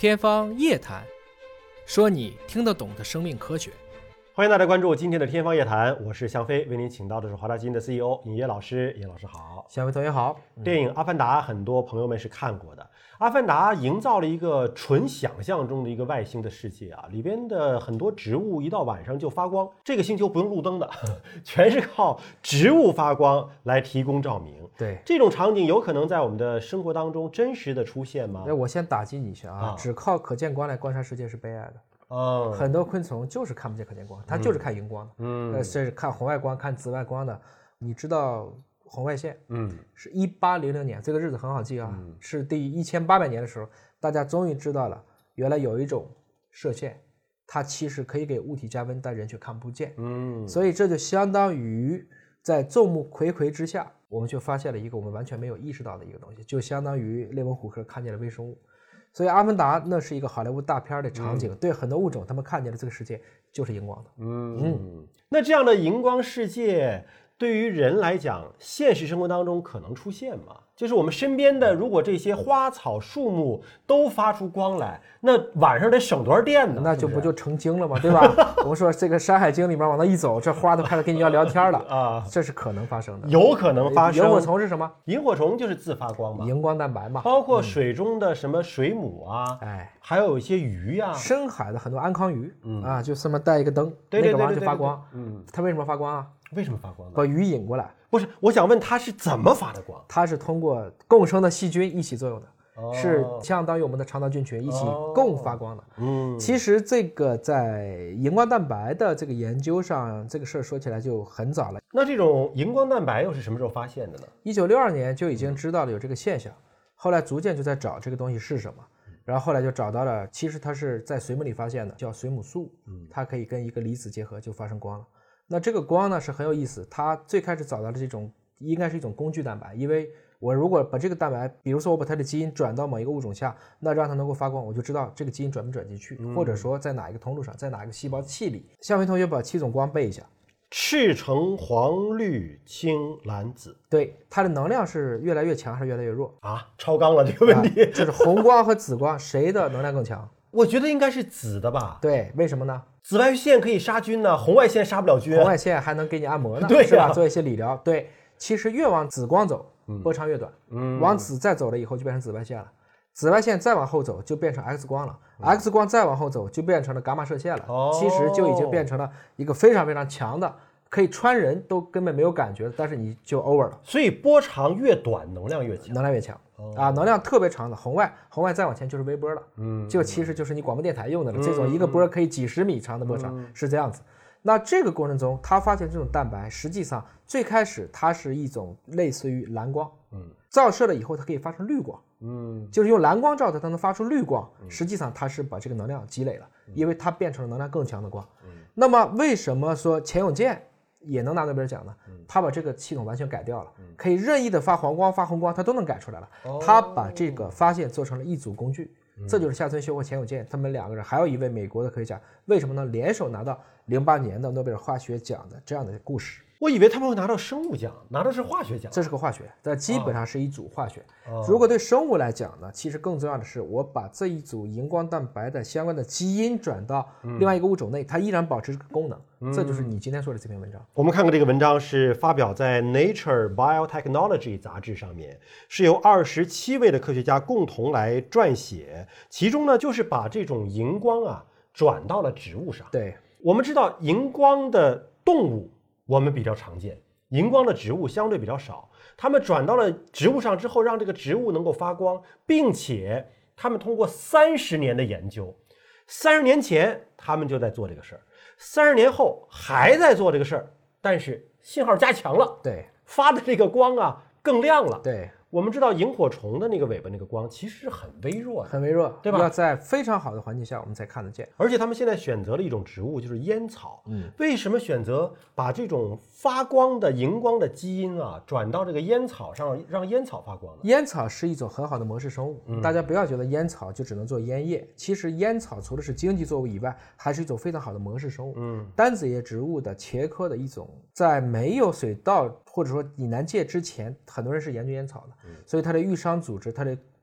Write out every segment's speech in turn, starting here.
天方夜谭，说你听得懂的生命科学。 欢迎大家关注今天的天方夜谭，我是向飞，为您请到的是华大基因的 CEO 尹烨老师。尹老师好。 向飞同学好。 电影《阿凡达》很多朋友们是看过的，《阿凡达》营造了一个纯想象中的一个外星的世界啊，里边的很多植物一到晚上就发光，这个星球不用路灯的，全是靠植物发光来提供照明。 对， 这种场景有可能在我们的生活当中真实的出现吗？ 我先打击你一下啊，只靠可见光来观察世界是悲哀的。很多昆虫就是看不见可见光，它就是看荧光的，是看红外光、看紫外光的。你知道红外线，是1800年，这个日子很好记啊，是第1800年的时候，大家终于知道了，原来有一种射线，它其实可以给物体加温，但人却看不见。所以这就相当于在众目睽睽之下，我们就发现了一个我们完全没有意识到的一个东西，就相当于列文虎克看见了微生物。所以阿凡达那是一个好莱坞大片的场景，对很多物种他们看见的这个世界就是荧光的。 那这样的荧光世界对于人来讲，现实生活当中可能出现吗？就是我们身边的，如果这些花草树木都发出光来，那晚上得省多少电呢？ 那就不就成精了吗？对吧？我们说这个《山海经》里面往那一走，这花都开始跟你要聊天了啊，这是可能发生的， 有可能发生。 萤火虫是什么？ 萤火虫就是自发光嘛， 荧光蛋白嘛， 包括水中的什么水母啊，还有一些鱼啊， 深海的很多安康鱼啊，就这么带一个灯， 对， 那个玩意儿就发光。它为什么发光啊？ 为什么发光呢？ 把鱼引过来。 不是，我想问它是怎么发的光？ 它是通过共生的细菌一起作用的，是相当于我们的肠道菌群一起共发光的。其实这个在荧光蛋白的这个研究上，这个事儿说起来就很早了。 那这种荧光蛋白又是什么时候发现的呢 ？1962年就已经知道了有这个现象，后来逐渐就在找这个东西是什么。然后后来就找到了，其实它是在水母里发现的，叫水母素，它可以跟一个离子结合就发生光了。那这个光呢是很有意思，它最开始找到的这种应该是一种工具蛋白，因为我如果把这个蛋白，比如说我把它的基因转到某一个物种下，那让它能够发光，我就知道这个基因转没转进去，或者说在哪一个通路上，在哪一个细胞器里。向飞同学把7种光背一下： 赤橙黄绿青蓝紫。 对，它的能量是越来越强还是越来越弱啊？超纲了这个问题， 就是红光和紫光谁的能量更强？ 我觉得应该是紫的吧。 对，为什么呢？ 紫外线可以杀菌呢，红外线杀不了菌。 红外线还能给你按摩呢， 对， 是吧？做一些理疗。对，其实越往紫光走，波长越短。往紫再走了以后就变成紫外线了，紫外线再往后走就变成 X 光了，X 光再往后走就变成了伽马射线了。其实就已经变成了一个非常非常强的，可以穿人都根本没有感觉，但是你就 over 了。 所以波长越短，能量越强。 能量越强。能量特别长的红外再往前就是微波了，就其实就是你广播电台用的了，这种一个波可以几十米长的波长，是这样子。那这个过程中，他发现这种蛋白实际上最开始它是一种类似于蓝光，照射了以后它可以发成绿光，就是用蓝光照它能发出绿光，实际上它是把这个能量积累了，因为它变成了能量更强的光。那么为什么说钱永健也能拿诺贝尔奖呢？他把这个系统完全改掉了，可以任意的发黄光、发红光，他都能改出来了。他把这个发现做成了一组工具，这就是夏村修和钱永健他们2个人，还有一位美国的科学家，为什么呢？联手拿到08年的诺贝尔化学奖的这样的故事。 我以为他们会拿到生物奖，拿的是化学奖。 这是个化学，但基本上是一组化学。如果对生物来讲呢，其实更重要的是，我把这一组荧光蛋白的相关的基因转到另外一个物种内，它依然保持这个功能。这就是你今天说的这篇文章。 我们看看这个文章是发表在 Nature Biotechnology 杂志上面，是由27位的科学家共同来撰写，其中呢就是把这种荧光啊转到了植物上。 对， 我们知道荧光的动物我们比较常见，荧光的植物相对比较少。他们转到了植物上之后，让这个植物能够发光，并且他们通过30年的研究，30年前他们就在做这个事儿，30年后还在做这个事儿，但是信号加强了， 对， 发的这个光啊更亮了。 对， 我们知道萤火虫的那个尾巴那个光其实是很微弱的， 很微弱， 对吧？ 要在非常好的环境下我们才看得见。 而且他们现在选择了一种植物，就是烟草。为什么选择把这种发光的荧光的基因啊转到这个烟草上，让烟草发光呢？ 烟草是一种很好的模式生物，大家不要觉得烟草就只能做烟叶，其实烟草除了是经济作物以外，还是一种非常好的模式生物。单子叶植物的茄科的一种，在没有水稻或者说以南界之前，很多人是研究烟草的，所以它的玉商组织，它的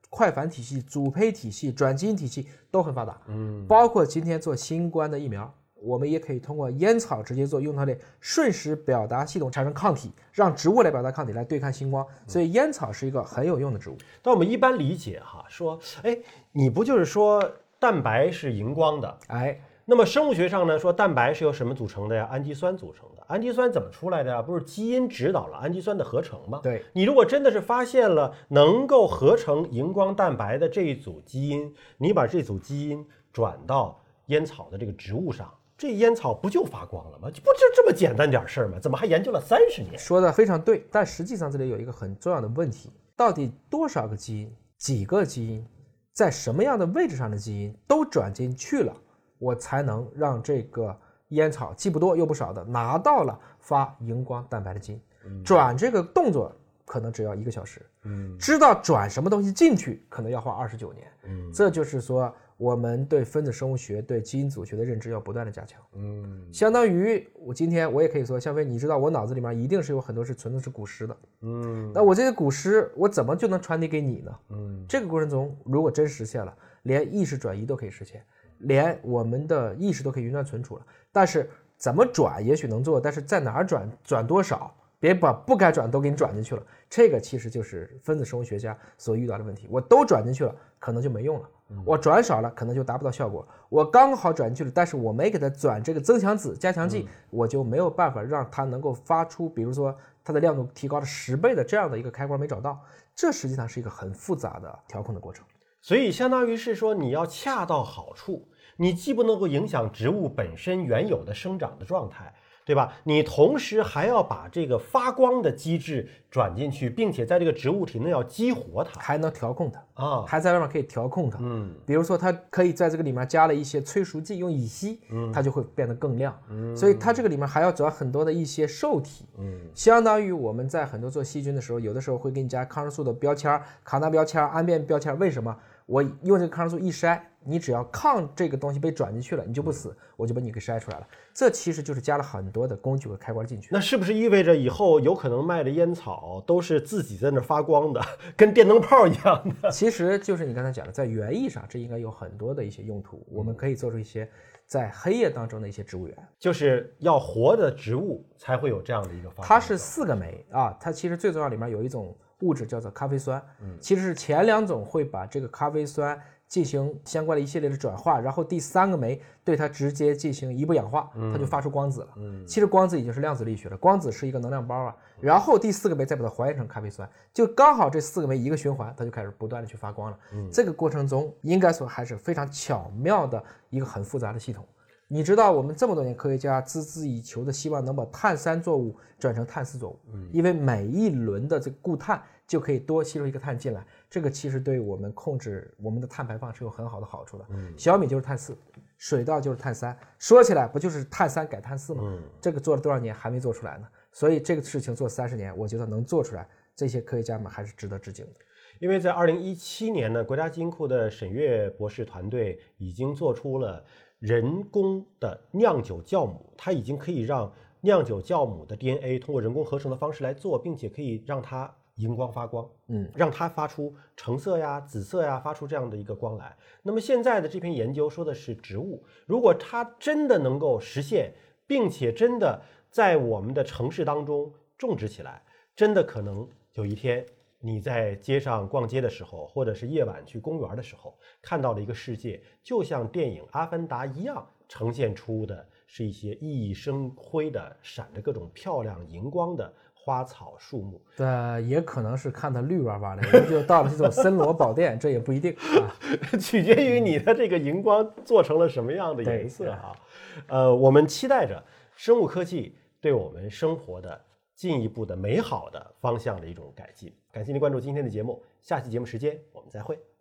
快反体系、组胚体系、转基因体系都很发达。包括今天做新冠的疫苗，我们也可以通过烟草直接做，用它的瞬时表达系统产生抗体，让植物来表达抗体来对抗星光。所以烟草是一个很有用的植物。 但我们一般理解哈，说，哎，你不就是说蛋白是荧光的？ 哎， 那么生物学上呢，说蛋白是由什么组成的呀？氨基酸组成的。氨基酸怎么出来的呀？不是基因指导了氨基酸的合成吗？ 对， 你如果真的是发现了能够合成荧光蛋白的这一组基因，你把这组基因转到烟草的这个植物上，这烟草不就发光了吗？不就这么简单点事儿吗？怎么还研究了30年？ 说的非常对，但实际上这里有一个很重要的问题，到底多少个基因、几个基因，在什么样的位置上的基因都转进去了，我才能让这个烟草既不多又不少的拿到了发荧光蛋白的基因。转这个动作可能只要1个小时，知道转什么东西进去可能要花29年。这就是说我们对分子生物学、对基因组学的认知要不断的加强。相当于我今天我也可以说，向飞，你知道我脑子里面一定是有很多是纯的是古诗的。那我这些古诗我怎么就能传递给你呢？这个过程中如果真实现了，连意识转移都可以实现，连我们的意识都可以云端存储了。但是怎么转也许能做，但是在哪儿转，转多少，别把不该转都给你转进去了，这个其实就是分子生物学家所遇到的问题。我都转进去了，可能就没用了；我转少了，可能就达不到效果；我刚好转进去了，但是我没给它转这个增强子、加强剂，我就没有办法让它能够发出，比如说它的亮度提高了10倍的这样的一个开关没找到，这实际上是一个很复杂的调控的过程。 所以相当于是说，你要恰到好处，你既不能够影响植物本身原有的生长的状态，对吧？你同时还要把这个发光的机制转进去，并且在这个植物体内要激活它， 还能调控它啊， 还在外面可以调控它。比如说它可以在这个里面加了一些催熟剂，用乙烯，它就会变得更亮。所以它这个里面还要转很多的一些受体。相当于我们在很多做细菌的时候，有的时候会给你加抗生素的标签、卡纳标签、氨变标签，为什么？我用这个抗生素一筛，你只要抗这个东西被转进去了，你就不死，我就把你给筛出来了。这其实就是加了很多的工具和开关进去。 那是不是意味着以后有可能卖的烟草都是自己在那发光的，跟电灯泡一样的？ 其实就是你刚才讲的，在园艺上，这应该有很多的一些用途。我们可以做出一些在黑夜当中的一些植物园， 就是要活的植物才会有这样的一个发光。 它是4个酶啊，它其实最重要里面有一种物质叫做咖啡酸，其实是前2种会把这个咖啡酸进行相关的一系列的转化，然后第3个酶对它直接进行一步氧化，它就发出光子了。其实光子已经是量子力学了，光子是一个能量包啊，然后第4个酶再把它还原成咖啡酸，就刚好这4个酶一个循环，它就开始不断的去发光了。这个过程中应该说还是非常巧妙的一个很复杂的系统。你知道我们这么多年科学家孜孜以求的希望能把碳3作物转成碳4作物，因为每一轮的这个固碳就可以多吸收一个碳进来，这个其实对我们控制我们的碳排放是有很好的好处的。小米就是碳4，水稻就是碳3，说起来不就是碳3改碳4吗？这个做了多少年还没做出来呢？所以这个事情做30年，我觉得能做出来，这些科学家们还是值得致敬的。 因为在2017年呢，国家基因库的沈月博士团队已经做出了人工的酿酒酵母，它已经可以让酿酒酵母的 DNA 通过人工合成的方式来做，并且可以让它荧光发光，让它发出橙色呀、紫色呀，发出这样的一个光来。那么现在的这篇研究说的是植物，如果它真的能够实现，并且真的在我们的城市当中种植起来，真的可能有一天你在街上逛街的时候，或者是夜晚去公园的时候，看到了一个世界，就像电影《阿凡达》一样，呈现出的是一些熠熠生辉的、闪着各种漂亮荧光的花草树木。 也可能是看它绿哇哇的，我们就到了这种森罗宝殿，这也不一定啊， 取决于你的这个荧光做成了什么样的颜色啊。我们期待着生物科技对我们生活的进一步的美好的方向的一种改进。感谢您关注今天的节目，下期节目时间我们再会。